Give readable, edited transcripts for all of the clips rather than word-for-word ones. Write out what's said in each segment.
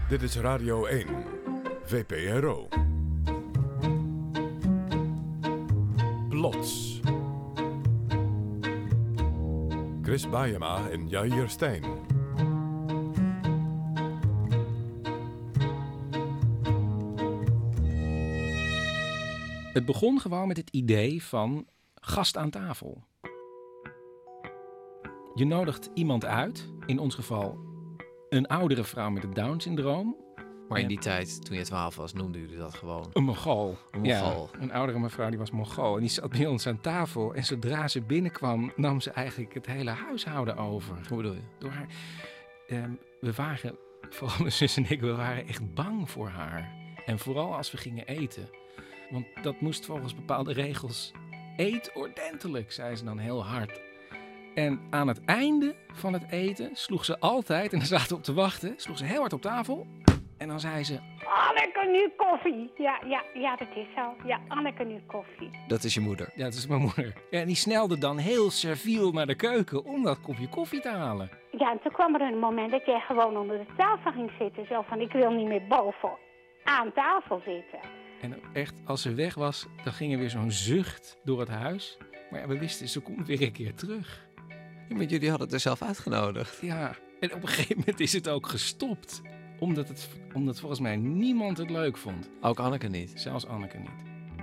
Dit is Radio 1, VPRO. Plots. Chris Bajema en Jair Stijn. Het begon gewoon met het idee van gast aan tafel. Je nodigt iemand uit, in ons geval een oudere vrouw met het Down-syndroom. Maar in die tijd, toen je 12 was, noemde u dat gewoon Een Mongool. een Mongool. Ja, een oudere mevrouw, die was Mongool. En die zat bij ons aan tafel. En zodra ze binnenkwam, nam ze eigenlijk het hele huishouden over. Hoe bedoel je? Door haar. We waren, vooral mijn zus en ik, we waren echt bang voor haar. En vooral als we gingen eten. Want dat moest volgens bepaalde regels. Eet ordentelijk, zei ze dan heel hard. En aan het einde van het eten sloeg ze altijd, en daar zaten we op te wachten, sloeg ze heel hard op tafel. En dan zei ze: Anneke, nu koffie. Ja, dat is zo. Ja, Anneke, nu koffie. Dat is je moeder. ja, dat is mijn moeder. Ja, en die snelde dan heel serviel naar de keuken om dat kopje koffie te halen. Ja, en toen kwam er een moment dat jij gewoon onder de tafel ging zitten. Zo van, ik wil niet meer boven aan tafel zitten. En echt, als ze weg was, dan ging er weer zo'n zucht door het huis. Maar ja, we wisten, ze komt weer een keer terug. Ja, maar jullie hadden het er zelf uitgenodigd. Ja, en op een gegeven moment is het ook gestopt. Omdat volgens mij niemand het leuk vond. Ook Anneke niet. Zelfs Anneke niet.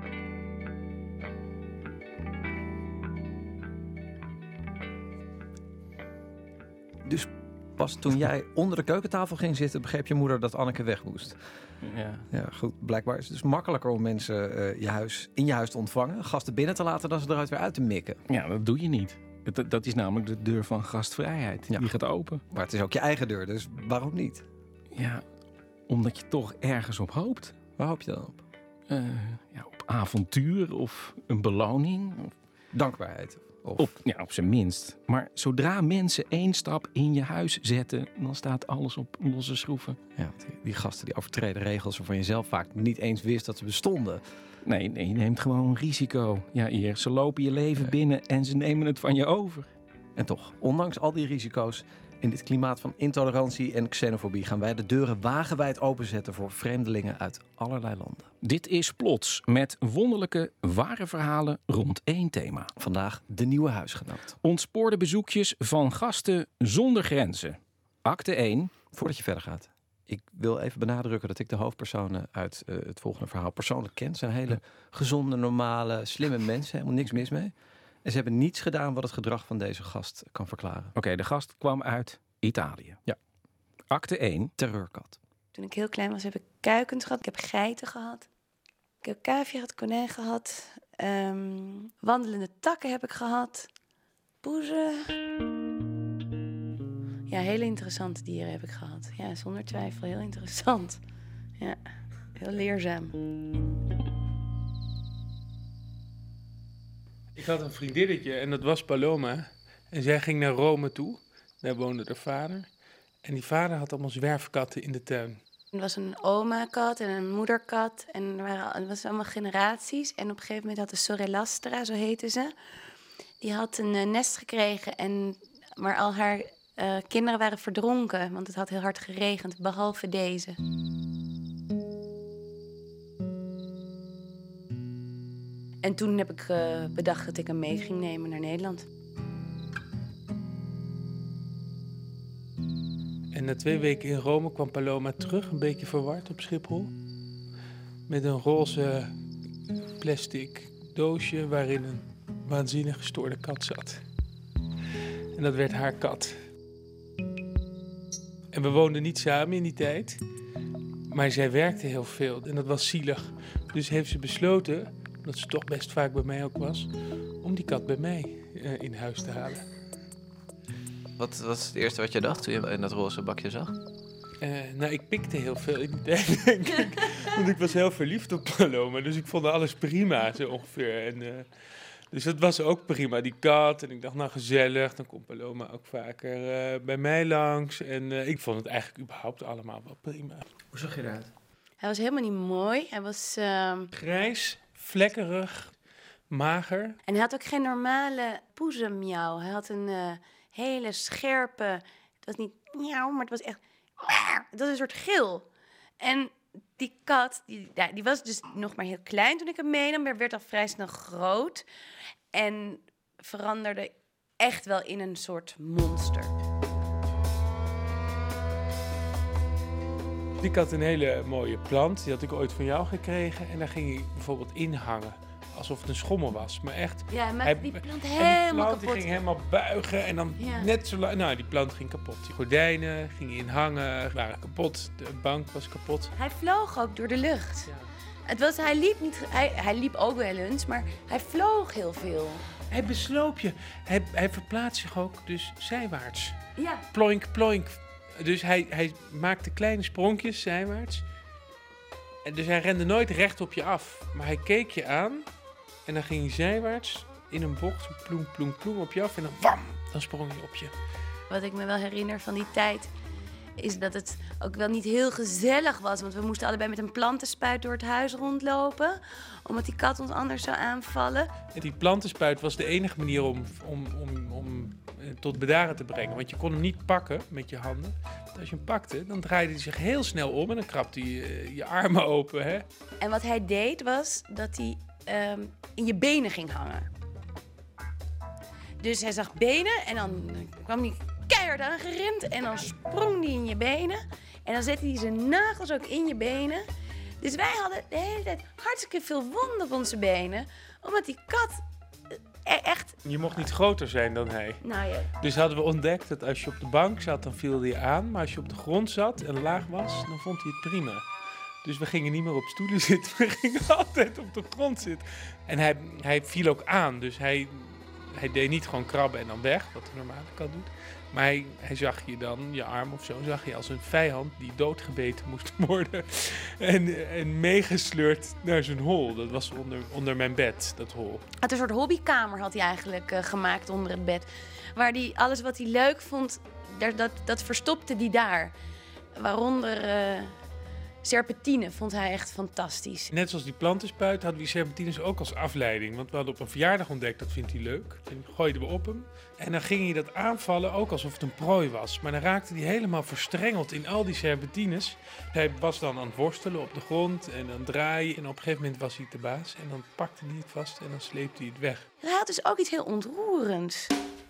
Dus pas toen jij onder de keukentafel ging zitten, begreep je moeder dat Anneke weg moest. Ja. Ja, goed. Blijkbaar is het dus makkelijker om mensen in je huis te ontvangen, gasten binnen te laten, dan ze eruit weer uit te mikken. Ja, dat doe je niet. Dat is namelijk de deur van gastvrijheid. Ja. Die gaat open. Maar het is ook je eigen deur, dus waarom niet? Ja, omdat je toch ergens op hoopt. Waar hoop je dan op? Op avontuur of een beloning. Dankbaarheid. Op zijn minst. Maar zodra mensen één stap in je huis zetten, dan staat alles op losse schroeven. Ja, die gasten die overtreden regels waarvan je zelf vaak niet eens wist dat ze bestonden. Nee, je neemt gewoon risico. Ja, hier, ze lopen je leven binnen en ze nemen het van je over. En toch, ondanks al die risico's, in dit klimaat van intolerantie en xenofobie gaan wij de deuren wagenwijd openzetten voor vreemdelingen uit allerlei landen. Dit is Plots met wonderlijke, ware verhalen rond één thema. Vandaag de nieuwe huisgenoot. Ontspoorde bezoekjes van gasten zonder grenzen. Acte 1. Voordat je verder gaat, ik wil even benadrukken dat ik de hoofdpersonen uit het volgende verhaal persoonlijk ken. Ze zijn hele gezonde, normale, slimme mensen, helemaal niks mis mee. En ze hebben niets gedaan wat het gedrag van deze gast kan verklaren. Oké, de gast kwam uit Italië. Ja. Acte 1. Terreurkat. Toen ik heel klein was, heb ik kuikens gehad. Ik heb geiten gehad. Ik heb cavia gehad, konijn gehad. Wandelende takken heb ik gehad. Poezen. Ja, hele interessante dieren heb ik gehad. Ja, zonder twijfel, heel interessant. Ja, heel leerzaam. Ik had een vriendinnetje en dat was Paloma. En zij ging naar Rome toe. Daar woonde haar vader. En die vader had allemaal zwerfkatten in de tuin. Er was een oma-kat en een moederkat. En het was allemaal generaties. En op een gegeven moment had de Sorellastra, zo heette ze. Die had een nest gekregen. Maar al haar kinderen waren verdronken. Want het had heel hard geregend, behalve deze. En toen heb ik bedacht dat ik hem mee ging nemen naar Nederland. En na 2 weken in Rome kwam Paloma terug, een beetje verward op Schiphol. Met een roze plastic doosje waarin een waanzinnig gestoorde kat zat. En dat werd haar kat. En we woonden niet samen in die tijd. Maar zij werkte heel veel en dat was zielig. Dus heeft ze besloten, omdat ze toch best vaak bij mij ook was, om die kat bij mij in huis te halen. Wat was het eerste wat je dacht toen je in dat roze bakje zag? Ik pikte heel veel in die tijd, denk ik. Want ik was heel verliefd op Paloma, dus ik vond alles prima, zo ongeveer. Dus dat was ook prima, die kat. En ik dacht, nou gezellig, dan komt Paloma ook vaker bij mij langs. En ik vond het eigenlijk überhaupt allemaal wel prima. Hoe zag je eruit? Hij was helemaal niet mooi. Hij was... Grijs, vlekkerig, mager. En hij had ook geen normale poezenmiauw. Hij had een hele scherpe... Het was niet miauw, maar het was echt... Het was een soort gil. En die kat, die was dus nog maar heel klein toen ik hem meenam, maar werd al vrij snel groot. En veranderde echt wel in een soort monster. Ik had een hele mooie plant, die had ik ooit van jou gekregen. En daar ging hij bijvoorbeeld in hangen, alsof het een schommel was. Maar echt... Ja, hij maakte die plant en helemaal die plant kapot. die ging helemaal buigen en dan net zo lang... Nou, die plant ging kapot. Die gordijnen gingen in hangen, waren kapot. De bank was kapot. Hij vloog ook door de lucht. Ja. Hij liep ook wel eens, maar hij vloog heel veel. Hij besloop je. Hij verplaatst zich ook dus zijwaarts. Ja. Ploink, ploink. Dus hij maakte kleine spronkjes zijwaarts. En dus hij rende nooit recht op je af. Maar hij keek je aan. En dan ging hij zijwaarts in een bocht. Ploem, ploem, ploem op je af. En dan wam, dan sprong hij op je. Wat ik me wel herinner van die tijd, is dat het ook wel niet heel gezellig was. Want we moesten allebei met een plantenspuit door het huis rondlopen. Omdat die kat ons anders zou aanvallen. En die plantenspuit was de enige manier om tot bedaren te brengen. Want je kon hem niet pakken met je handen. Want als je hem pakte, dan draaide hij zich heel snel om. En dan krabde hij je armen open. Hè? En wat hij deed was dat hij in je benen ging hangen. Dus hij zag benen en dan kwam hij keihard aangerend. En dan sprong hij in je benen. En dan zette hij zijn nagels ook in je benen. Dus wij hadden de hele tijd hartstikke veel wond op onze benen. Omdat die kat echt... Je mocht niet groter zijn dan hij. Nou ja, Dus hadden we ontdekt dat als je op de bank zat, dan viel hij je aan. Maar als je op de grond zat en laag was, dan vond hij het prima. Dus we gingen niet meer op stoelen zitten. We gingen altijd op de grond zitten. En hij viel ook aan. Dus hij deed niet gewoon krabben en dan weg, wat een normale kat doet. Maar hij zag je dan, je arm of zo, zag je als een vijand die doodgebeten moest worden. En meegesleurd naar zijn hol. Dat was onder mijn bed, dat hol. een soort hobbykamer had hij eigenlijk gemaakt onder het bed. Waar hij alles wat hij leuk vond, dat verstopte hij daar. Waaronder serpentine vond hij echt fantastisch. Net zoals die plantenspuit hadden we die serpentines ook als afleiding. Want we hadden op een verjaardag ontdekt, dat vindt hij leuk. En gooiden we op hem. En dan ging hij dat aanvallen ook alsof het een prooi was. Maar dan raakte hij helemaal verstrengeld in al die serpentines. Hij was dan aan het worstelen op de grond en dan draaien. En op een gegeven moment was hij de baas. En dan pakte hij het vast en dan sleepte hij het weg. Hij had dus ook iets heel ontroerends.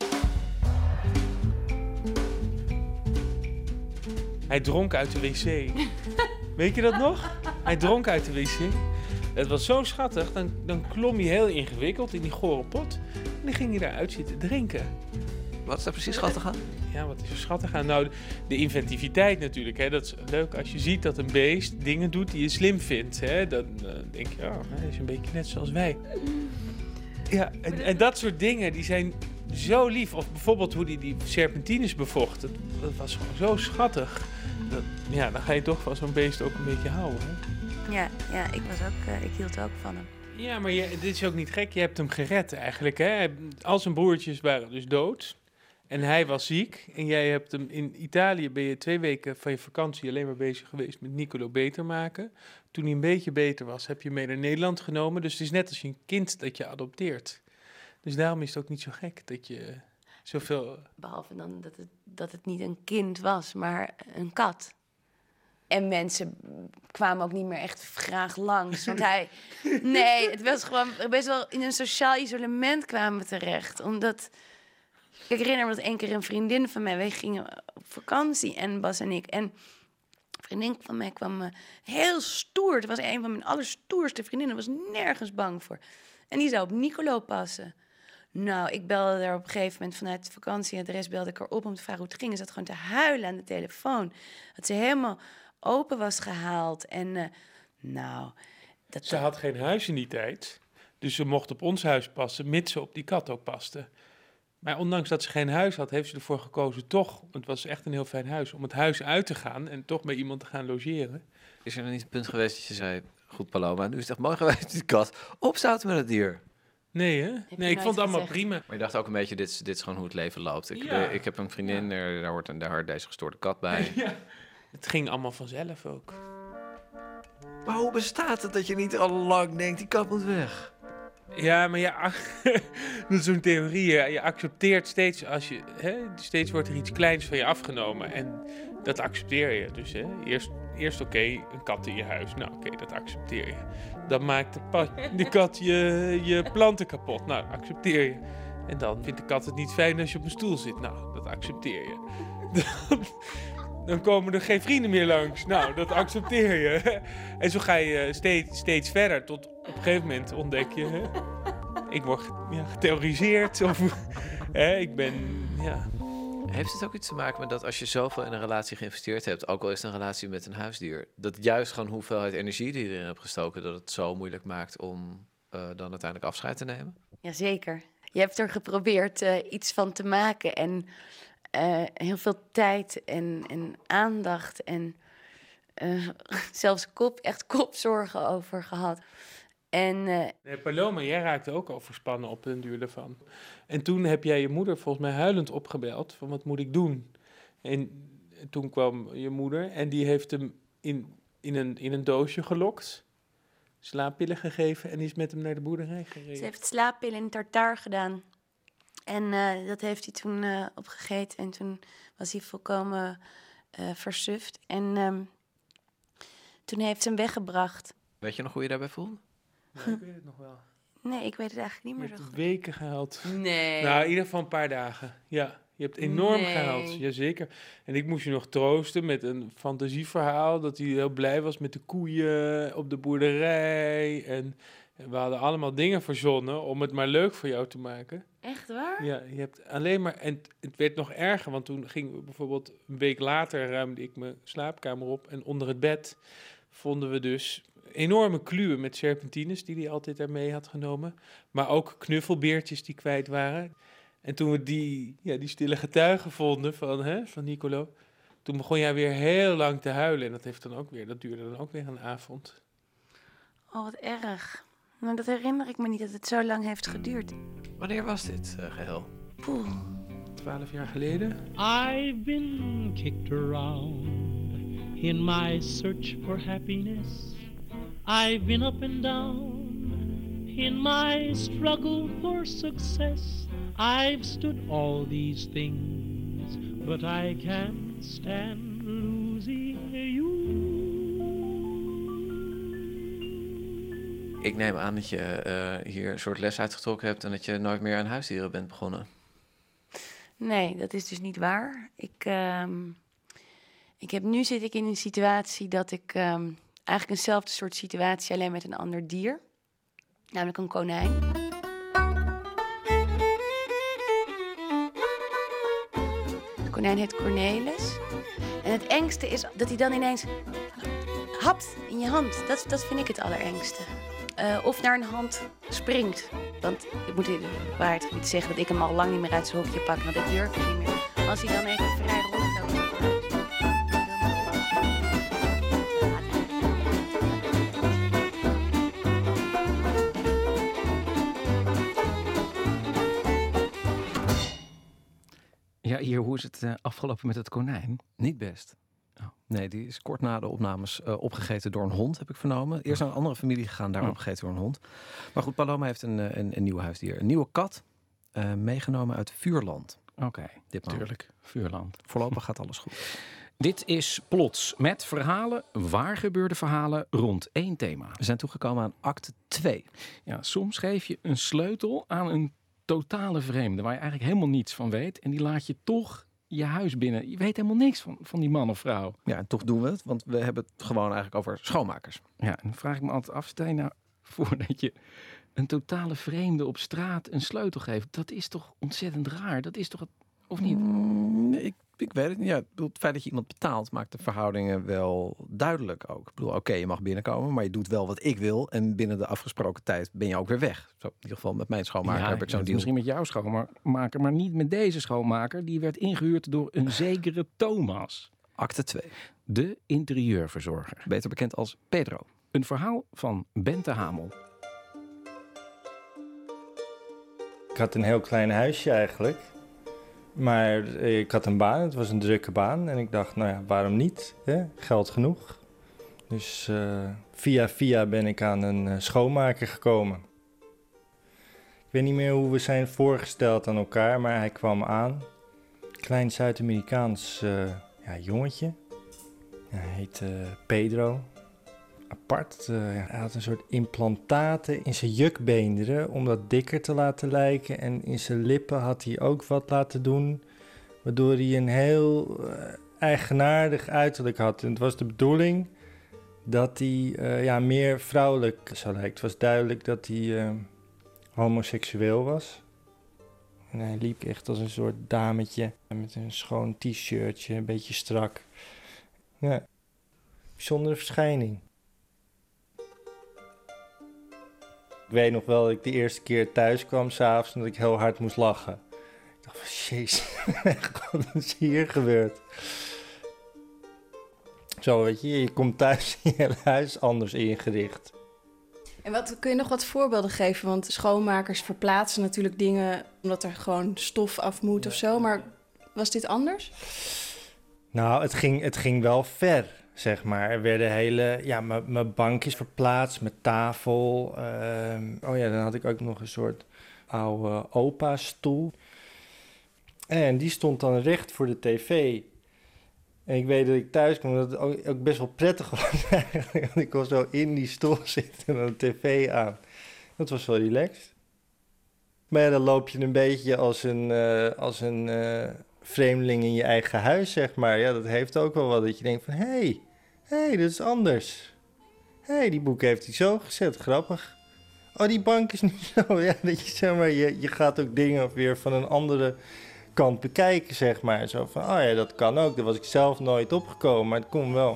Hij dronk uit de wc. Weet je dat nog? Hij dronk uit de wc. Het was zo schattig. Dan klom hij heel ingewikkeld in die gore pot. En dan ging hij daaruit zitten drinken. Wat is daar precies schattig aan? Ja, wat is er schattig aan? Nou, de inventiviteit natuurlijk. Hè. Dat is leuk als je ziet dat een beest dingen doet die je slim vindt. Hè. Dan denk je, oh, hij is een beetje net zoals wij. Ja, en dat soort dingen, die zijn zo lief. Of bijvoorbeeld hoe die serpentines bevocht. Dat was gewoon zo schattig. Ja, dan ga je toch van zo'n beest ook een beetje houden. Hè? Ja, ik hield ook van hem. Ja, maar dit is ook niet gek. Je hebt hem gered eigenlijk. Hè? Al zijn broertjes waren dus dood. En hij was ziek. En jij hebt hem in Italië, ben je 2 weken van je vakantie alleen maar bezig geweest met Nicolo beter maken. Toen hij een beetje beter was, heb je hem mee naar Nederland genomen. Dus het is net als je een kind dat je adopteert. Dus daarom is het ook niet zo gek dat je zoveel... Behalve dan dat het niet een kind was, maar een kat. En mensen kwamen ook niet meer echt graag langs. Want nee, het was gewoon best wel in een sociaal isolement kwamen we terecht. Omdat, ik herinner me dat 1 keer een vriendin van mij, wij gingen op vakantie en Bas en ik. En een vriendin van mij kwam heel stoer. Het was een van mijn allerstoerste vriendinnen, was nergens bang voor. En die zou op Nicolo passen. Nou, ik belde er op een gegeven moment vanuit de vakantieadres, belde ik haar op om te vragen hoe het ging. Ze zat gewoon te huilen aan de telefoon. Dat ze helemaal open was gehaald. En Ze had geen huis in die tijd. Dus ze mocht op ons huis passen, mits ze op die kat ook paste. Maar ondanks dat ze geen huis had, heeft ze ervoor gekozen toch, het was echt een heel fijn huis, om het huis uit te gaan en toch bij iemand te gaan logeren. Is er nog niet een punt geweest dat je zei, goed Paloma, nu is het echt mooi geweest, die kat. Opzouten met het dier. Nee, hè? Nee, ik vond het allemaal gezegd. prima. Maar je dacht ook een beetje, dit is gewoon hoe het leven loopt. Ja. Ik heb een vriendin, daar hoort deze gestoorde kat bij. Ja. Het ging allemaal vanzelf ook. Maar hoe bestaat het dat je niet al lang denkt, die kat moet weg? Ja, maar dat is zo'n theorie. Je accepteert steeds steeds wordt er iets kleins van je afgenomen. En dat accepteer je. Dus eerst oké, een kat in je huis. Nou oké, dat accepteer je. Dan maakt de kat je planten kapot. Nou, dat accepteer je. En dan vindt de kat het niet fijn als je op een stoel zit. Nou, dat accepteer je. Dan komen er geen vrienden meer langs. Nou, dat accepteer je. En zo ga je steeds verder. Tot op een gegeven moment ontdek je... ik word getheoriseerd. Of ik ben... Ja. Heeft het ook iets te maken met dat als je zoveel in een relatie geïnvesteerd hebt... ook al is het een relatie met een huisdier... dat juist gewoon hoeveelheid energie die je erin hebt gestoken... dat het zo moeilijk maakt om dan uiteindelijk afscheid te nemen? Jazeker. Je hebt er geprobeerd iets van te maken en heel veel tijd en aandacht en zelfs echt kopzorgen over gehad. En Paloma, jij raakte ook overspannen op den duur ervan. En toen heb jij je moeder volgens mij huilend opgebeld van wat moet ik doen? En toen kwam je moeder en die heeft hem in een doosje gelokt, slaappillen gegeven en is met hem naar de boerderij gereden. Ze heeft slaappillen in tartaar gedaan. En dat heeft hij toen opgegeten. En toen was hij volkomen versuft. En toen heeft ze hem weggebracht. Weet je nog hoe je daarbij voelde? Ja, ik weet het nog wel. Nee, ik weet het eigenlijk niet Je meer hebt zo goed. weken gehuild. Nee. Nou, in ieder geval een paar dagen. Ja, je hebt enorm Nee. gehuild. Jazeker. En ik moest je nog troosten met een fantasieverhaal... dat hij heel blij was met de koeien op de boerderij. En we hadden allemaal dingen verzonnen om het maar leuk voor jou te maken. Echt waar? Ja, je hebt alleen maar... En het werd nog erger, want toen gingen we bijvoorbeeld... een week later ruimde ik mijn slaapkamer op... en onder het bed vonden we dus... enorme kluwen met serpentines die hij altijd daarmee had genomen. Maar ook knuffelbeertjes die kwijt waren. En toen we die stille getuigen vonden van Nicolo... toen begon jij weer heel lang te huilen. En dat duurde dan ook weer een avond. Oh, wat erg. Nou, dat herinner ik me niet, dat het zo lang heeft geduurd. Wanneer was dit geheel? Poeh. 12 jaar geleden. I've been kicked around in my search for happiness. I've been up and down in my struggle for success. I've stood all these things, but I can't stand losing you. Ik neem aan dat je hier een soort les uitgetrokken hebt... en dat je nooit meer aan huisdieren bent begonnen. Nee, dat is dus niet waar. Nu zit ik in een situatie dat ik... eigenlijk eenzelfde soort situatie, alleen met een ander dier. Namelijk een konijn. De konijn heet Cornelis. En het engste is dat hij dan ineens hapt in je hand. Dat vind ik het allerengste. Of naar een hand springt. Want ik moet in de waarheid gebied zeggen dat ik hem al lang niet meer uit zijn hokje pak. Want ik durf het niet meer. Als hij dan even vrij rondloopt. Ja, hier, hoe is het afgelopen met het konijn? Niet best. Oh. Nee, die is kort na de opnames opgegeten door een hond, heb ik vernomen. Eerst naar een andere familie gegaan, daar opgegeten door een hond. Maar goed, Paloma heeft een nieuw huisdier. Een nieuwe kat, meegenomen uit Vuurland. Oké, Ditmaal. natuurlijk. Vuurland. Voorlopig gaat alles goed. Dit is Plots met verhalen, waar gebeurde verhalen rond één thema. We zijn toegekomen aan acte 2. Ja, soms geef je een sleutel aan een totale vreemde waar je eigenlijk helemaal niets van weet. En die laat je toch je huis binnen. Je weet helemaal niks van die man of vrouw. Ja, en toch doen we het, want we hebben het gewoon eigenlijk over schoonmakers. Ja, en dan vraag ik me altijd af, stel je nou voor dat je een totale vreemde op straat een sleutel geeft. Dat is toch ontzettend raar? Dat is toch, of niet? Nee, ik weet het niet. Ja, ik bedoel, het feit dat je iemand betaalt maakt de verhoudingen wel duidelijk ook. Ik bedoel, oké, je mag binnenkomen, maar je doet wel wat ik wil. En binnen de afgesproken tijd ben je ook weer weg. Zo, in ieder geval met mijn schoonmaker heb ik zo'n deal. Misschien met jouw schoonmaker, maar niet met deze schoonmaker. Die werd ingehuurd door een zekere Thomas. Acte 2. De interieurverzorger. Beter bekend als Pedro. Een verhaal van Bente Hamel. Ik had een heel klein huisje eigenlijk. Maar ik had een baan, het was een drukke baan. En ik dacht, nou ja, waarom niet? Hè? Geld genoeg. Dus via ben ik aan een schoonmaker gekomen. weet niet meer hoe we zijn voorgesteld aan elkaar, maar hij kwam aan. Klein Zuid-Amerikaans jongetje. Ja, hij heette Pedro. Apart. Hij had een soort implantaten in zijn jukbeenderen om dat dikker te laten lijken. En in zijn lippen had hij ook wat laten doen, waardoor hij een heel eigenaardig uiterlijk had. En het was de bedoeling dat hij meer vrouwelijk zou lijken. Het was duidelijk dat hij homoseksueel was. En hij liep echt als een soort dametje met een schoon t-shirtje, een beetje strak. Ja, bijzondere verschijning. Ik weet nog wel dat ik de eerste keer thuis kwam s'avonds en dat ik heel hard moest lachen. Ik dacht van, jezus, wat is hier gebeurd? Zo, weet je komt thuis in je huis anders ingericht. En kun je nog wat voorbeelden geven? Want schoonmakers verplaatsen natuurlijk dingen omdat er gewoon stof af moet of zo. Maar was dit anders? Nou, het ging wel ver, zeg maar. Er werden mijn bank is verplaatst, mijn tafel. Dan had ik ook nog een soort oude opa-stoel. En die stond dan recht voor de tv. En ik weet dat ik thuis kwam, dat het ook best wel prettig was eigenlijk. Want ik kon zo in die stoel zitten en dan de tv aan. Dat was wel relaxed. Maar ja, dan loop je een beetje als een vreemdeling in je eigen huis, zeg maar. Ja, dat heeft ook wel wat dat je denkt van, hé, dit is anders. Die boek heeft hij zo gezet, grappig. Oh, die bank is niet zo. Ja, dat je zeg maar, je gaat ook dingen weer van een andere kant bekijken, zeg maar. Zo van, dat kan ook. Daar was ik zelf nooit opgekomen, maar het kon wel.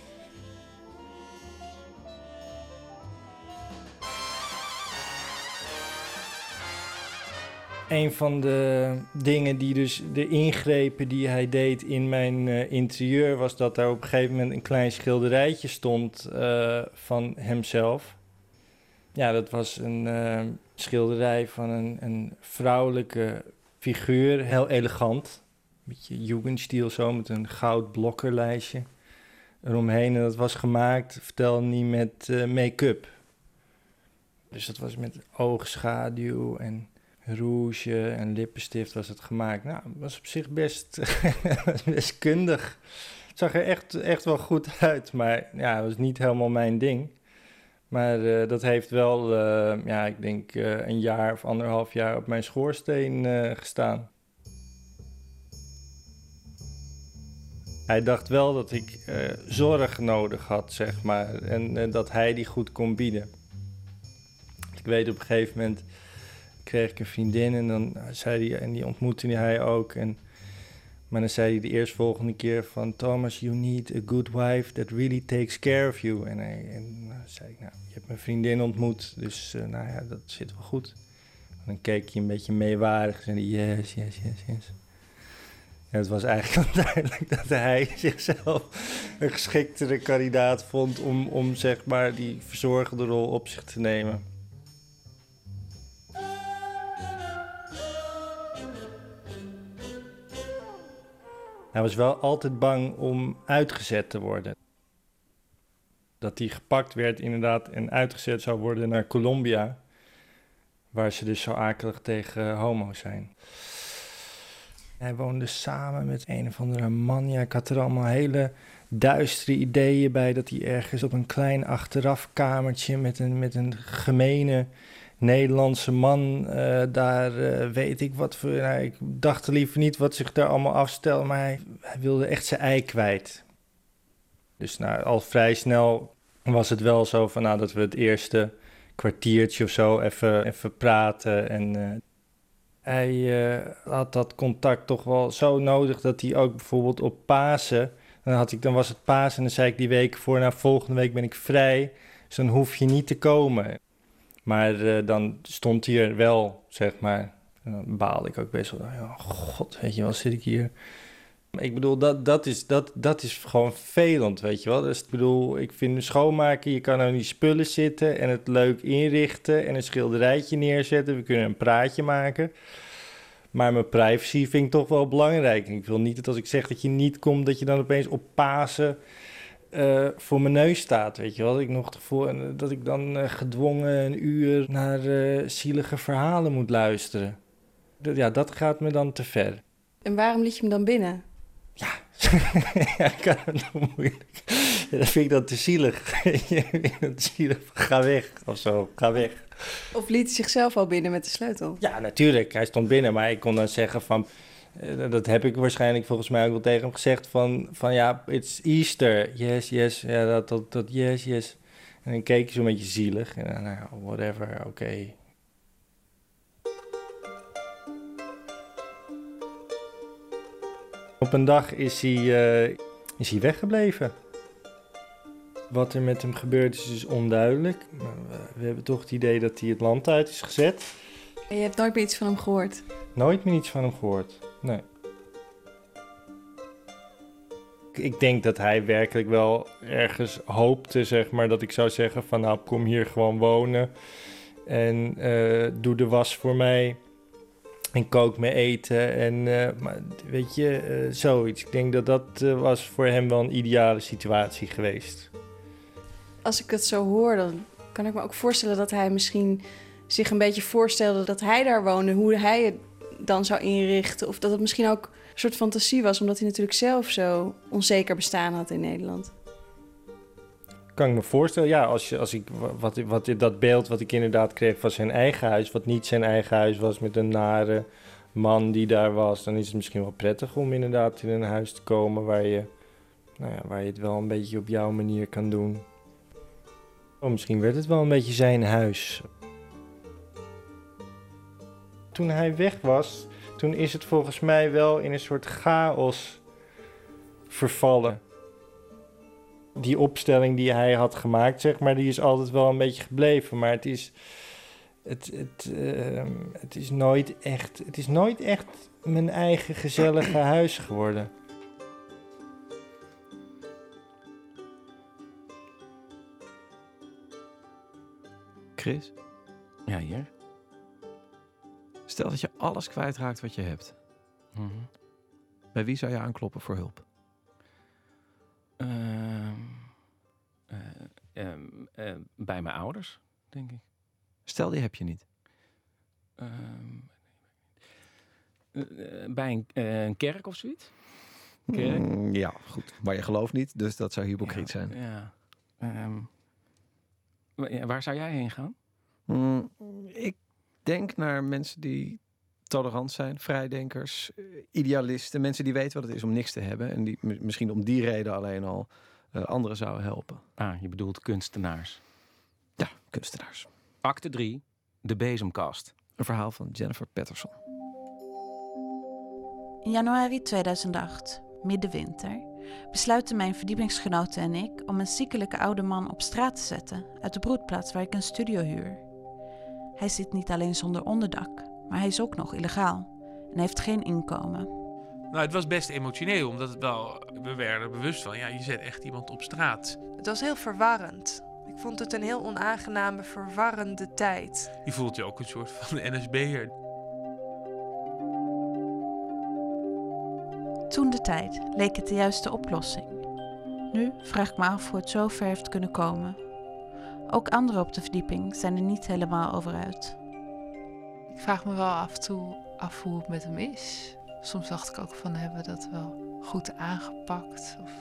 Een van de dingen de ingrepen die hij deed in mijn interieur, was dat daar op een gegeven moment een klein schilderijtje stond van hemzelf. Ja, dat was een schilderij van een vrouwelijke figuur, heel elegant. Een beetje Jugendstil zo, met een goud blokkerlijstje eromheen. En dat was gemaakt, vertel niet, met make-up. Dus dat was met oogschaduw en rouge en lippenstift was het gemaakt. Nou, het was op zich best kundig. Het zag er echt wel goed uit, maar ja, het was niet helemaal mijn ding. Maar dat heeft wel, ik denk een jaar of 1,5 jaar op mijn schoorsteen gestaan. Hij dacht wel dat ik zorg nodig had, zeg maar, en dat hij die goed kon bieden. Ik weet op een gegeven moment kreeg ik een vriendin en dan zei hij, en die ontmoette hij ook. Maar dan zei hij de eerstvolgende keer van, Thomas, you need a good wife that really takes care of you. En dan zei ik, nou, je hebt mijn vriendin ontmoet, dus dat zit wel goed. En dan keek hij een beetje meewarig en zei hij, yes. En het was eigenlijk wel duidelijk dat hij zichzelf een geschiktere kandidaat vond om zeg maar die verzorgende rol op zich te nemen. Hij was wel altijd bang om uitgezet te worden. Dat hij gepakt werd inderdaad en uitgezet zou worden naar Colombia, waar ze dus zo akelig tegen homo's zijn. Hij woonde samen met een of andere man. Ja, ik had er allemaal hele duistere ideeën bij dat hij ergens op een klein achterafkamertje met een gemene Nederlandse man daar weet ik wat voor. Nou, ik dacht liever niet wat zich daar allemaal afstelde, maar hij wilde echt zijn ei kwijt. Dus al vrij snel was het wel zo van dat we het eerste kwartiertje of zo even praten. En hij had dat contact toch wel zo nodig dat hij ook bijvoorbeeld op Pasen, dan was het Pasen en dan zei ik die week voor, volgende week ben ik vrij, dus dan hoef je niet te komen. Maar dan stond hij er wel, zeg maar. En dan baalde ik ook best wel. Ja, god, weet je wel, zit ik hier. Ik bedoel, dat is gewoon vervelend, weet je wel. Dus ik vind schoonmaken, je kan nou die spullen zitten en het leuk inrichten en een schilderijtje neerzetten. We kunnen een praatje maken. Maar mijn privacy vind ik toch wel belangrijk. Ik wil niet dat als ik zeg dat je niet komt, dat je dan opeens op Pasen voor mijn neus staat, weet je wel. Ik nog het gevoel dat ik dan gedwongen een uur naar zielige verhalen moet luisteren. Dat gaat me dan te ver. En waarom liet je hem dan binnen? Ja, ik kan het nog moeilijk. Ja, dat vind ik dan te zielig. Ga weg of zo, ga weg. Of liet hij zichzelf al binnen met de sleutel? Ja, natuurlijk. Hij stond binnen, maar ik kon dan zeggen van... dat heb ik waarschijnlijk volgens mij ook wel tegen hem gezegd van ja, it's Easter. Yes, yes. Ja, dat yes, yes. En dan keek hij zo'n beetje zielig. En dan, nou, whatever, oké. Op een dag is hij weggebleven. Wat er met hem gebeurd is onduidelijk. Maar we hebben toch het idee dat hij het land uit is gezet. En je hebt nooit meer iets van hem gehoord? Nooit meer iets van hem gehoord, nee. Ik denk dat hij werkelijk wel ergens hoopte, zeg maar, dat ik zou zeggen van nou, kom hier gewoon wonen. En doe de was voor mij. En kook me eten. En maar, weet je, zoiets. Ik denk dat was voor hem wel een ideale situatie geweest. Als ik het zo hoor, dan kan ik me ook voorstellen dat hij misschien zich een beetje voorstelde dat hij daar woonde, hoe hij het dan zou inrichten. Of dat het misschien ook een soort fantasie was, omdat hij natuurlijk zelf zo onzeker bestaan had in Nederland. Kan ik me voorstellen, ja, als ik dat beeld wat ik inderdaad kreeg van zijn eigen huis, wat niet zijn eigen huis was met een nare man die daar was, dan is het misschien wel prettig om inderdaad in een huis te komen waar je het wel een beetje op jouw manier kan doen. Misschien werd het wel een beetje zijn huis. Toen hij weg was, toen is het volgens mij wel in een soort chaos vervallen. Die opstelling die hij had gemaakt, zeg maar, die is altijd wel een beetje gebleven. Maar het is nooit echt mijn eigen gezellige huis geworden. Chris? Ja, hier. Stel dat je alles kwijtraakt wat je hebt. Mm-hmm. Bij wie zou je aankloppen voor hulp? Bij mijn ouders, denk ik. Stel, die heb je niet. Bij een kerk of zoiets? Kerk? Ja, goed. Maar je gelooft niet, dus dat zou hypocriet zijn. Ja. Waar zou jij heen gaan? Ik denk naar mensen die tolerant zijn, vrijdenkers, idealisten. Mensen die weten wat het is om niks te hebben. En die misschien om die reden alleen al anderen zouden helpen. Ah, je bedoelt kunstenaars. Ja, kunstenaars. Acte 3, de bezemkast. Een verhaal van Jennifer Patterson. In januari 2008, middenwinter, besluiten mijn verdiepingsgenoten en ik om een ziekelijke oude man op straat te zetten uit de broedplaats waar ik een studio huur. Hij zit niet alleen zonder onderdak, maar hij is ook nog illegaal en heeft geen inkomen. Nou, het was best emotioneel, omdat we werden bewust van, ja, je zet echt iemand op straat. Het was heel verwarrend. Ik vond het een heel onaangename, verwarrende tijd. Je voelt je ook een soort van NSB'er. Toen de tijd leek het de juiste oplossing. Nu vraag ik me af hoe het zo ver heeft kunnen komen. Ook anderen op de verdieping zijn er niet helemaal over uit. Ik vraag me wel af en toe af hoe het met hem is. Soms dacht ik ook van, hebben we dat wel goed aangepakt? Of...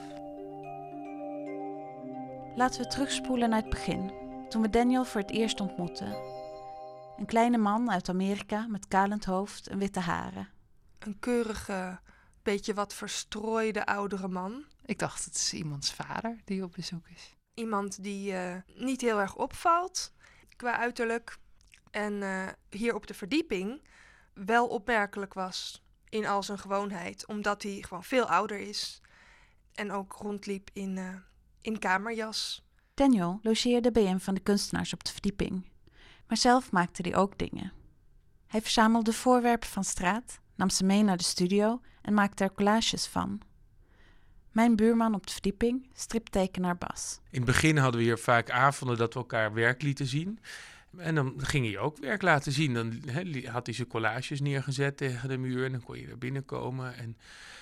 Laten we terugspoelen naar het begin, toen we Daniel voor het eerst ontmoetten. Een kleine man uit Amerika met kalend hoofd en witte haren. Een keurige, beetje wat verstrooide oudere man. Ik dacht, het is iemands vader die op bezoek is. Iemand die niet heel erg opvalt qua uiterlijk. En hier op de verdieping wel opmerkelijk was in al zijn gewoonheid. Omdat hij gewoon veel ouder is. En ook rondliep in kamerjas. Daniel logeerde bij een van de kunstenaars op de verdieping. Maar zelf maakte hij ook dingen. Hij verzamelde voorwerpen van straat, nam ze mee naar de studio en maakte er collages van. Mijn buurman op de verdieping, striptekenaar Bas. In het begin hadden we hier vaak avonden dat we elkaar werk lieten zien. En dan ging hij ook werk laten zien. Dan had hij zijn collages neergezet tegen de muur en dan kon je er binnenkomen. En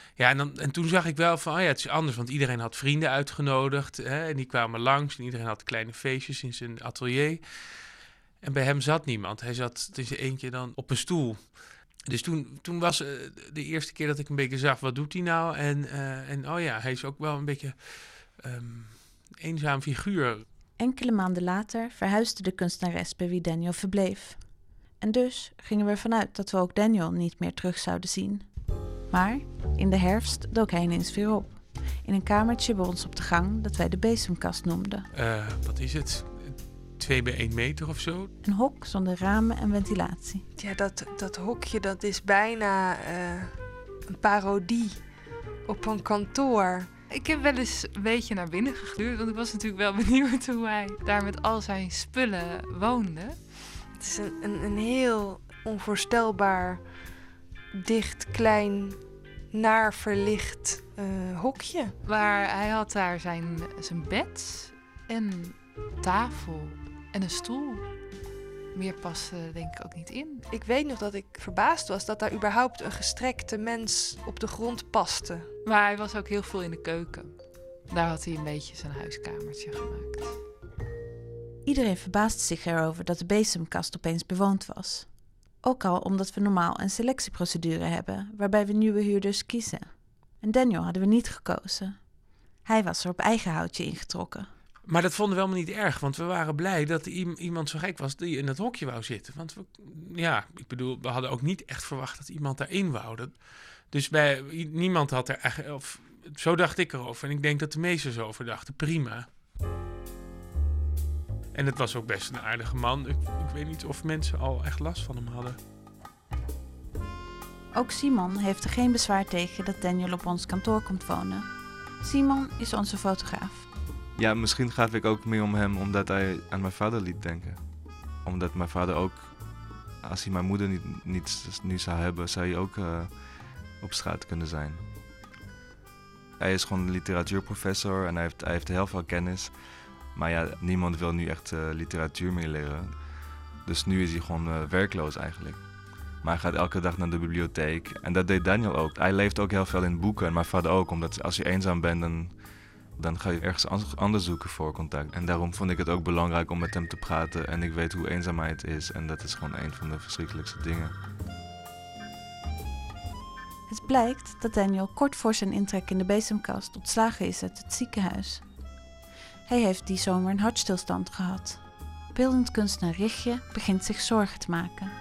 Ja, en toen zag ik wel van, het is anders. Want iedereen had vrienden uitgenodigd. Hè, en die kwamen langs. En iedereen had kleine feestjes in zijn atelier. En bij hem zat niemand. Hij zat in zijn eentje dan op een stoel. Dus toen was de eerste keer dat ik een beetje zag, wat doet hij nou? En hij is ook wel een beetje eenzaam figuur. Enkele maanden later verhuisde de kunstenares bij wie Daniel verbleef. En dus gingen we ervan uit dat we ook Daniel niet meer terug zouden zien. Maar in de herfst dook hij ineens weer op. In een kamertje bij ons op de gang dat wij de bezemkast noemden. Wat is het? 2 bij 1 meter of zo? Een hok zonder ramen en ventilatie. Ja, dat hokje, dat is bijna een parodie op een kantoor. Ik heb wel eens een beetje naar binnen gegluurd, want ik was natuurlijk wel benieuwd hoe hij daar met al zijn spullen woonde. Het is een heel onvoorstelbaar, dicht, klein, naar verlicht hokje. Maar hij had daar zijn bed en tafel en een stoel. Meer paste denk ik ook niet in. Ik weet nog dat ik verbaasd was dat daar überhaupt een gestrekte mens op de grond paste. Maar hij was ook heel veel in de keuken. Daar had hij een beetje zijn huiskamertje gemaakt. Iedereen verbaasde zich erover dat de bezemkast opeens bewoond was. Ook al omdat we normaal een selectieprocedure hebben, waarbij we nieuwe huurders kiezen. En Daniel hadden we niet gekozen. Hij was er op eigen houtje ingetrokken. Maar dat vonden we helemaal niet erg, want we waren blij dat iemand zo gek was die in het hokje wou zitten. Want we hadden ook niet echt verwacht dat iemand daarin wou. Dus niemand had er eigenlijk, of zo dacht ik erover. En ik denk dat de meesten zo over dachten, prima. En het was ook best een aardige man. Ik weet niet of mensen al echt last van hem hadden. Ook Simon heeft er geen bezwaar tegen dat Daniel op ons kantoor komt wonen. Simon is onze fotograaf. Ja, misschien gaf ik ook meer om hem omdat hij aan mijn vader liet denken. Omdat mijn vader ook, als hij mijn moeder niet nu zou hebben, zou hij ook op straat kunnen zijn. Hij is gewoon een literatuurprofessor en hij heeft heel veel kennis. Maar ja, niemand wil nu echt literatuur meer leren. Dus nu is hij gewoon werkloos eigenlijk. Maar hij gaat elke dag naar de bibliotheek. En dat deed Daniel ook. Hij leeft ook heel veel in boeken en mijn vader ook. Omdat als je eenzaam bent, dan ga je ergens anders zoeken voor contact. En daarom vond ik het ook belangrijk om met hem te praten. En ik weet hoe eenzaamheid is. En dat is gewoon een van de verschrikkelijkste dingen. Het blijkt dat Daniel kort voor zijn intrek in de bezemkast ontslagen is uit het ziekenhuis. Hij heeft die zomer een hartstilstand gehad. Beeldend kunstenaar Richje begint zich zorgen te maken.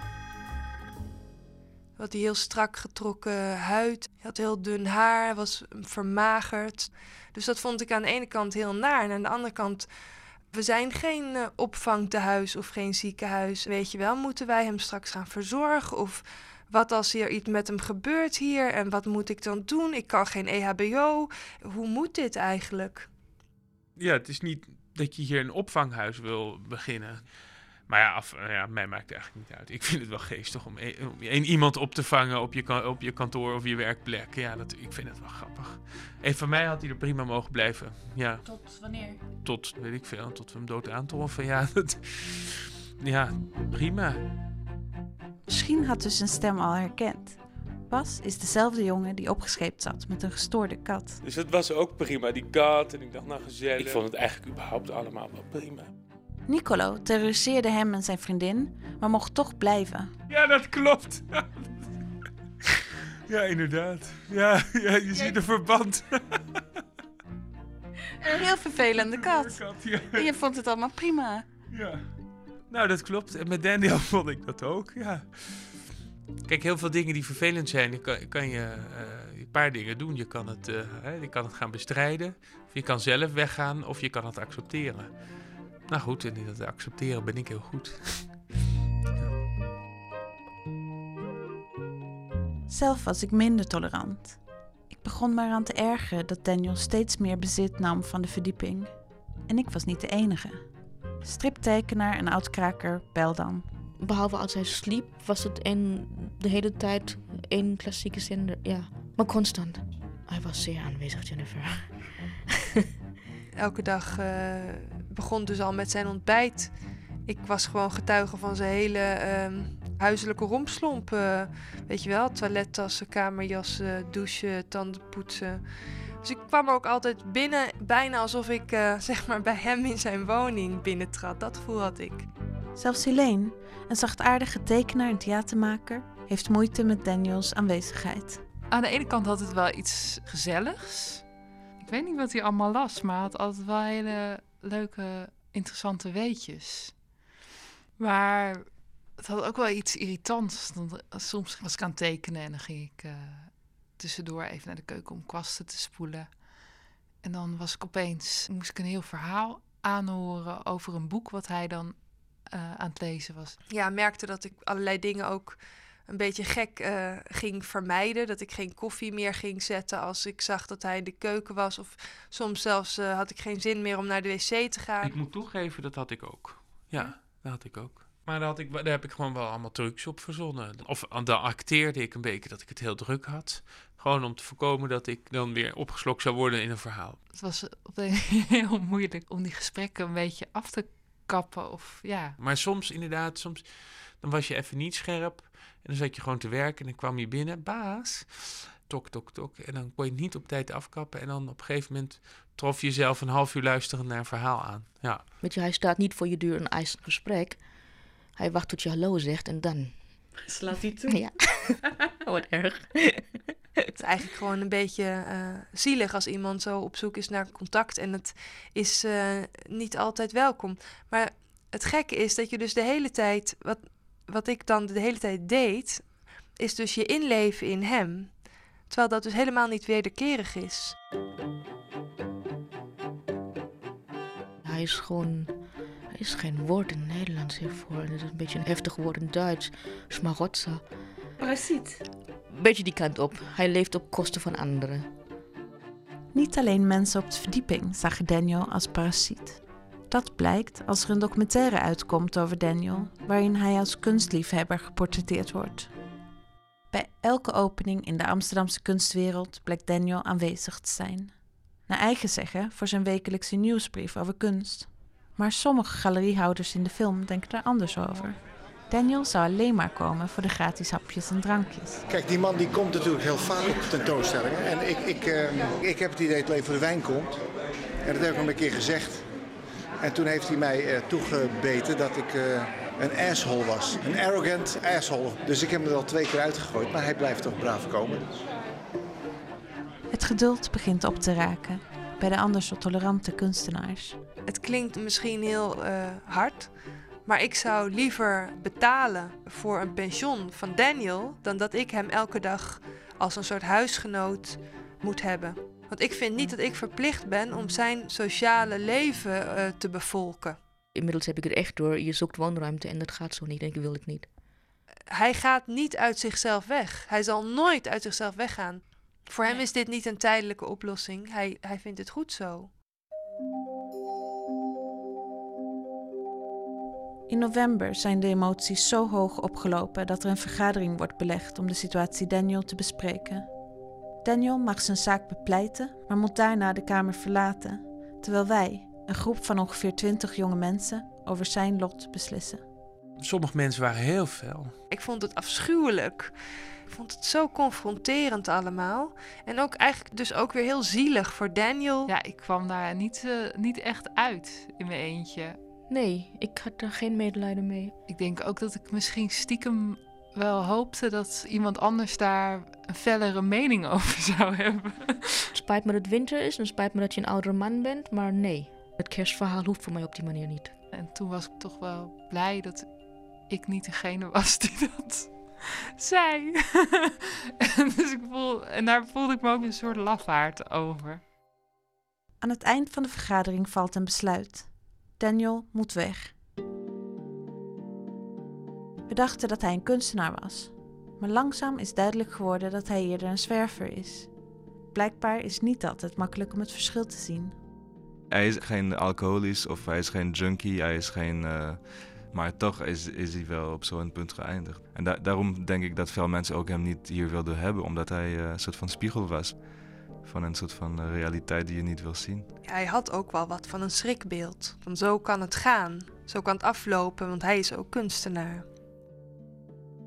Had hij heel strak getrokken huid. Hij had heel dun haar, was vermagerd. Dus dat vond ik aan de ene kant heel naar. En aan de andere kant, we zijn geen opvangtehuis of geen ziekenhuis. Weet je wel, moeten wij hem straks gaan verzorgen? Of wat als er iets met hem gebeurt hier? En wat moet ik dan doen? Ik kan geen EHBO. Hoe moet dit eigenlijk? Ja, het is niet dat je hier een opvanghuis wil beginnen. Maar mij maakt het eigenlijk niet uit. Ik vind het wel geestig om iemand op te vangen op je kantoor of je werkplek. Ja, ik vind het wel grappig. En van mij had hij er prima mogen blijven. Ja. Tot wanneer? Tot, weet ik veel, tot we hem dood aantroffen. Ja, prima. Misschien had dus zijn stem al herkend. Bas is dezelfde jongen die opgescheept zat met een gestoorde kat. Dus het was ook prima, die kat. En ik dacht, nou gezellig. Ik vond het eigenlijk überhaupt allemaal wel prima. Nicolo terroriseerde hem en zijn vriendin, maar mocht toch blijven. Ja, dat klopt. Ja, inderdaad. Ja, je ziet een verband. Een heel vervelende kat. Ja. En je vond het allemaal prima. Ja. Nou, dat klopt. En met Daniel vond ik dat ook, ja. Kijk, heel veel dingen die vervelend zijn, kan je een paar dingen doen. Je kan het gaan bestrijden, of je kan zelf weggaan, of je kan het accepteren. Nou goed, en in dat accepteren ben ik heel goed. Zelf was ik minder tolerant. Ik begon maar aan te ergeren dat Daniel steeds meer bezit nam van de verdieping. En ik was niet de enige. Striptekenaar en oudkraker Beldan. Behalve als hij sliep, was het de hele tijd één klassieke zender. Ja, maar constant. Hij was zeer aanwezig, Jennifer. Elke dag begon dus al met zijn ontbijt. Ik was gewoon getuige van zijn hele Huiselijke rompslomp, weet je wel. Toilettassen, kamerjassen, douchen, tanden poetsen. Dus ik kwam er ook altijd binnen, bijna alsof ik zeg maar bij hem in zijn woning binnentrad. Dat gevoel had ik. Zelfs Helene, een zachtaardige tekenaar en theatermaker, heeft moeite met Daniels aanwezigheid. Aan de ene kant had het wel iets gezelligs. Ik weet niet wat hij allemaal las, maar hij had altijd wel hele leuke, interessante weetjes. Maar het had ook wel iets irritants. Soms was ik aan het tekenen en dan ging ik tussendoor even naar de keuken om kwasten te spoelen. En dan moest ik een heel verhaal aanhoren over een boek wat hij dan aan het lezen was. Ja, merkte dat ik allerlei dingen ook een beetje gek ging vermijden. Dat ik geen koffie meer ging zetten als ik zag dat hij in de keuken was. Of soms zelfs had ik geen zin meer om naar de wc te gaan. Ik moet toegeven, dat had ik ook. Ja, dat had ik ook. Maar daar heb ik gewoon wel allemaal trucs op verzonnen. Of dan acteerde ik een beetje dat ik het heel druk had. Gewoon om te voorkomen dat ik dan weer opgeslokt zou worden in een verhaal. Het was heel moeilijk om die gesprekken een beetje af te kappen. Maar soms inderdaad, dan was je even niet scherp. En dan zat je gewoon te werken en dan kwam je binnen. Baas, tok, tok, tok. En dan kon je het niet op tijd afkappen. En dan op een gegeven moment trof je jezelf een half uur luisterend naar een verhaal aan. Ja. Weet je, hij staat niet voor je deur een ijzeren gesprek. Hij wacht tot je hallo zegt en dan... Slaat hij toe? Ja. Wat erg. Het is eigenlijk gewoon een beetje zielig als iemand zo op zoek is naar contact. En het is niet altijd welkom. Maar het gekke is dat je dus de hele tijd... Wat ik dan de hele tijd deed, is dus je inleven in hem. Terwijl dat dus helemaal niet wederkerig is. Hij is geen woord in het Nederlands hiervoor. Het is een beetje een heftig woord in Duits. Schmarotzer. Parasiet. Beetje die kant op. Hij leeft op kosten van anderen. Niet alleen mensen op de verdieping zagen Daniel als parasiet. Dat blijkt als er een documentaire uitkomt over Daniel, waarin hij als kunstliefhebber geportretteerd wordt. Bij elke opening in de Amsterdamse kunstwereld blijkt Daniel aanwezig te zijn. Naar eigen zeggen voor zijn wekelijkse nieuwsbrief over kunst. Maar sommige galeriehouders in de film denken daar anders over. Daniel zou alleen maar komen voor de gratis hapjes en drankjes. Kijk, die man die komt natuurlijk heel vaak op tentoonstellingen. En ik heb het idee dat het alleen voor de wijn komt. En dat heb ik hem een keer gezegd. En toen heeft hij mij toegebeten dat ik een asshole was. Een arrogant asshole. Dus ik heb hem er al 2 keer uitgegooid, maar hij blijft toch braaf komen. Het geduld begint op te raken bij de anders zo tolerante kunstenaars. Het klinkt misschien heel hard, maar ik zou liever betalen voor een pension van Daniel dan dat ik hem elke dag als een soort huisgenoot moet hebben. Want ik vind niet dat ik verplicht ben om zijn sociale leven te bevolken. Inmiddels heb ik het echt door. Je zoekt woonruimte en dat gaat zo niet en ik wil het niet. Hij gaat niet uit zichzelf weg. Hij zal nooit uit zichzelf weggaan. Voor hem is dit niet een tijdelijke oplossing. Hij vindt het goed zo. In november zijn de emoties zo hoog opgelopen dat er een vergadering wordt belegd om de situatie Daniel te bespreken. Daniel mag zijn zaak bepleiten, maar moet daarna de kamer verlaten, terwijl wij, een groep van ongeveer 20 jonge mensen, over zijn lot beslissen. Sommige mensen waren heel fel. Ik vond het afschuwelijk. Ik vond het zo confronterend allemaal. En ook eigenlijk dus ook weer heel zielig voor Daniel. Ja, ik kwam daar niet echt uit in mijn eentje. Nee, ik had er geen medelijden mee. Ik denk ook dat ik misschien stiekem wel hoopte dat iemand anders daar een fellere mening over zou hebben. Het spijt me dat het winter is en het spijt me dat je een oudere man bent, maar nee. Het kerstverhaal hoeft voor mij op die manier niet. En toen was ik toch wel blij dat ik niet degene was die dat zei. En daar voelde ik me ook een soort lafaard over. Aan het eind van de vergadering valt een besluit. Daniel moet weg. We dachten dat hij een kunstenaar was, maar langzaam is duidelijk geworden dat hij eerder een zwerver is. Blijkbaar is niet altijd makkelijk om het verschil te zien. Hij is geen alcoholisch of hij is geen junkie, hij is geen... maar toch is hij wel op zo'n punt geëindigd. En daarom denk ik dat veel mensen ook hem niet hier wilden hebben, omdat hij een soort van spiegel was. Van een soort van realiteit die je niet wil zien. Ja, hij had ook wel wat van een schrikbeeld. Van zo kan het gaan, zo kan het aflopen, want hij is ook kunstenaar.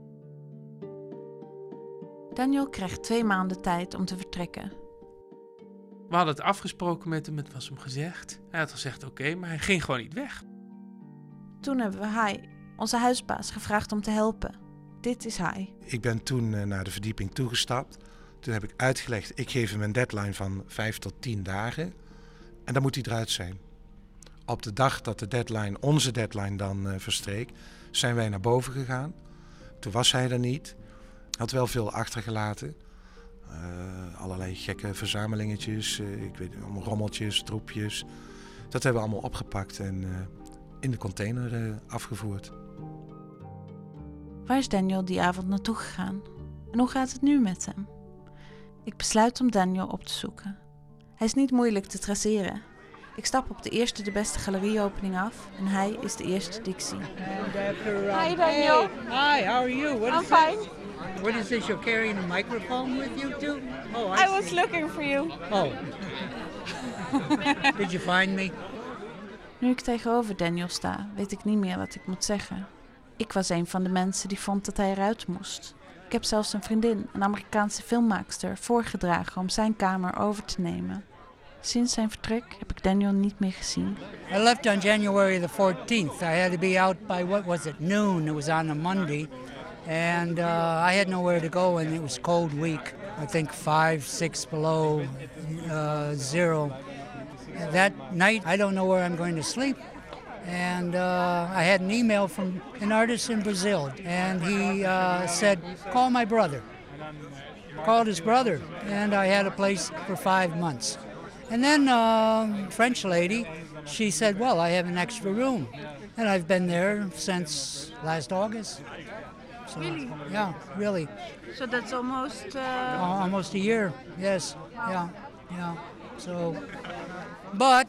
Daniel krijgt 2 maanden tijd om te vertrekken. We hadden het afgesproken met hem, het was hem gezegd. Hij had gezegd oké, maar hij ging gewoon niet weg. Toen hebben we Hai, onze huisbaas, gevraagd om te helpen. Dit is Hai. Ik ben toen naar de verdieping toegestapt. Toen heb ik uitgelegd, ik geef hem een deadline van 5 tot 10 dagen. En dan moet hij eruit zijn. Op de dag dat de deadline, onze deadline dan verstreek, zijn wij naar boven gegaan. Toen was hij er niet. Had wel veel achtergelaten. Allerlei gekke verzamelingetjes, rommeltjes, troepjes. Dat hebben we allemaal opgepakt en in de container afgevoerd. Waar is Daniel die avond naartoe gegaan? En hoe gaat het nu met hem? Ik besluit om Daniel op te zoeken. Hij is niet moeilijk te traceren. Ik stap op de eerste de beste galerieopening af en hij is de eerste die ik zie. Hi Daniel. Hey. Hi, how are you? I'm fine. What is this? You're carrying a microphone with you too? Oh, I was looking for you. Oh. Did you find me? Nu ik tegenover Daniel sta, weet ik niet meer wat ik moet zeggen. Ik was een van de mensen die vond dat hij eruit moest. Ik heb zelfs een vriendin, een Amerikaanse filmmaakster, voorgedragen om zijn kamer over te nemen. Sinds zijn vertrek heb ik Daniel niet meer gezien. I left on January the 14th. I had to be out by, what was it, noon. It was on a Monday. And I had nowhere to go and it was cold week. I think 5, 6 below zero. That night, I don't know where I'm going to sleep. And I had an email from an artist in Brazil. And he said, call my brother. Called his brother. And I had a place for 5 months. And then French lady, she said, well, I have an extra room. And I've been there since last August. So, really? Yeah, really. So that's almost... Almost a year, yes. Yeah. So, but...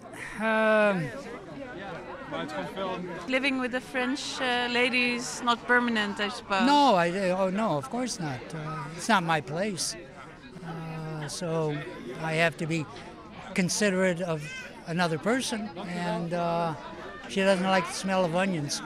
living with a French lady is not permanent, I suppose. No, no, of course not. It's not my place. So I have to be considerate of another person, and she doesn't like the smell of onions.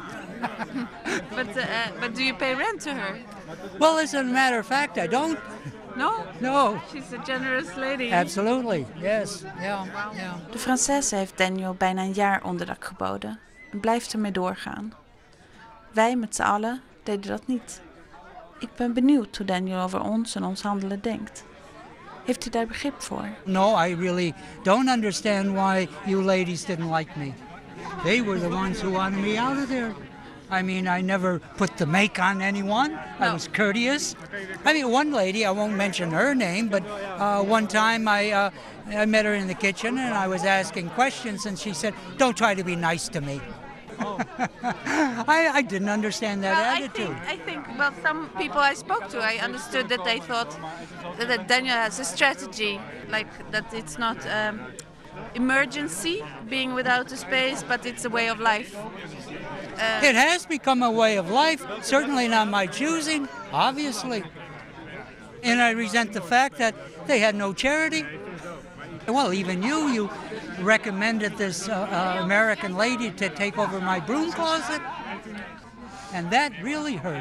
But do you pay rent to her? Well, as a matter of fact, I don't. No? No. She's a generous lady. Absolutely, yes. Yeah. De Française heeft Daniel bijna een jaar onderdak geboden en blijft ermee doorgaan. Wij met z'n allen deden dat niet. Ik ben benieuwd hoe Daniel over ons en ons handelen denkt. Heeft hij daar begrip voor? No, I really don't understand why you ladies didn't like me. They were the ones who wanted me out of there. I mean, I never put the make on anyone. No. I was courteous. I mean, one lady, I won't mention her name, but one time I met her in the kitchen and I was asking questions and she said, don't try to be nice to me. Oh. I didn't understand that attitude. I think, well, some people I spoke to, I understood that they thought that Daniel has a strategy, like that it's not emergency, being without a space, but it's a way of life. It has become a way of life, certainly not my choosing, obviously. And I resent the fact that they had no charity. Well, even you recommended this American lady to take over my broom closet. And that really hurt.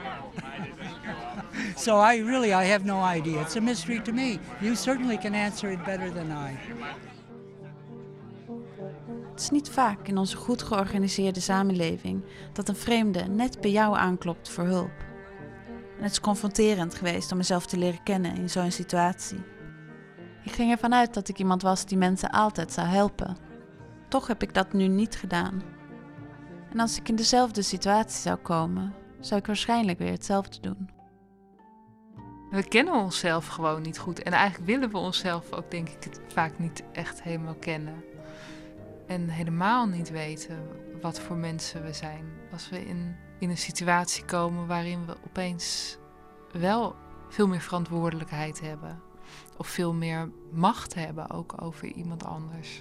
So I have no idea. It's a mystery to me. You certainly can answer it better than I. Het is niet vaak in onze goed georganiseerde samenleving dat een vreemde net bij jou aanklopt voor hulp. En het is confronterend geweest om mezelf te leren kennen in zo'n situatie. Ik ging ervan uit dat ik iemand was die mensen altijd zou helpen. Toch heb ik dat nu niet gedaan. En als ik in dezelfde situatie zou komen, zou ik waarschijnlijk weer hetzelfde doen. We kennen onszelf gewoon niet goed. En eigenlijk willen we onszelf ook, denk ik, vaak niet echt helemaal kennen. En helemaal niet weten wat voor mensen we zijn. Als we in een situatie komen waarin we opeens wel veel meer verantwoordelijkheid hebben. Of veel meer macht hebben, ook over iemand anders.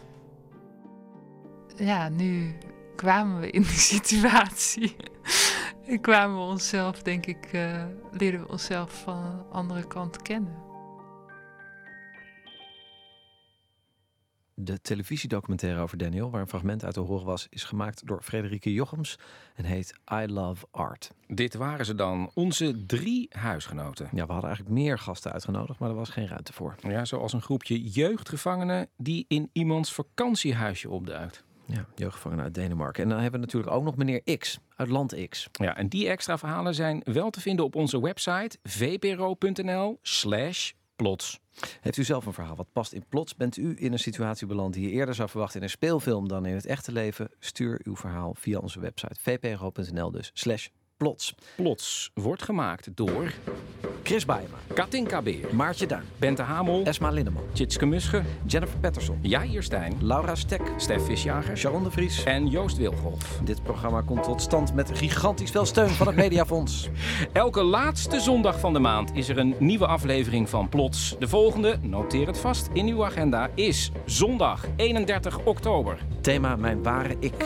Ja, nu kwamen we in die situatie. En kwamen we onszelf, denk ik, leerden we onszelf van een andere kant kennen. De televisiedocumentaire over Daniel, waar een fragment uit te horen was, is gemaakt door Frederike Jochems en heet I Love Art. Dit waren ze dan, onze 3 huisgenoten. Ja, we hadden eigenlijk meer gasten uitgenodigd, maar er was geen ruimte voor. Ja, zoals een groepje jeugdgevangenen die in iemands vakantiehuisje opduikt. Ja, jeugdgevangenen uit Denemarken. En dan hebben we natuurlijk ook nog meneer X, uit Land X. Ja, en die extra verhalen zijn wel te vinden op onze website vpro.nl/plots. Heeft u zelf een verhaal wat past in Plots? Bent u in een situatie beland die je eerder zou verwachten in een speelfilm dan in het echte leven? Stuur uw verhaal via onze website vpro.nl dus /plots. Plots wordt gemaakt door Chris Baaema, Katinka Beer, Maartje Duin, Bente Hamel, Esma Lindeman, Tjitske Musche, Jennifer Patterson, Jair Stijn, Laura Stek, Stef Visjager, Sharon de Vries en Joost Wilgolf. Dit programma komt tot stand met gigantisch veel steun van het Mediafonds. Elke laatste zondag van de maand is er een nieuwe aflevering van Plots. De volgende, noteer het vast in uw agenda, is zondag 31 oktober. Thema Mijn Ware Ik.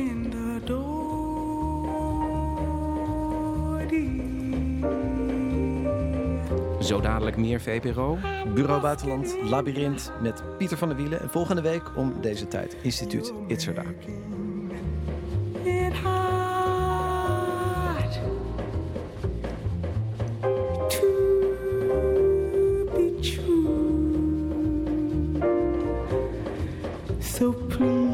Zo dadelijk meer VPRO. Bureau Buitenland, Labyrinth met Pieter van der Wielen. En volgende week om deze tijd Instituut Itzerda. So please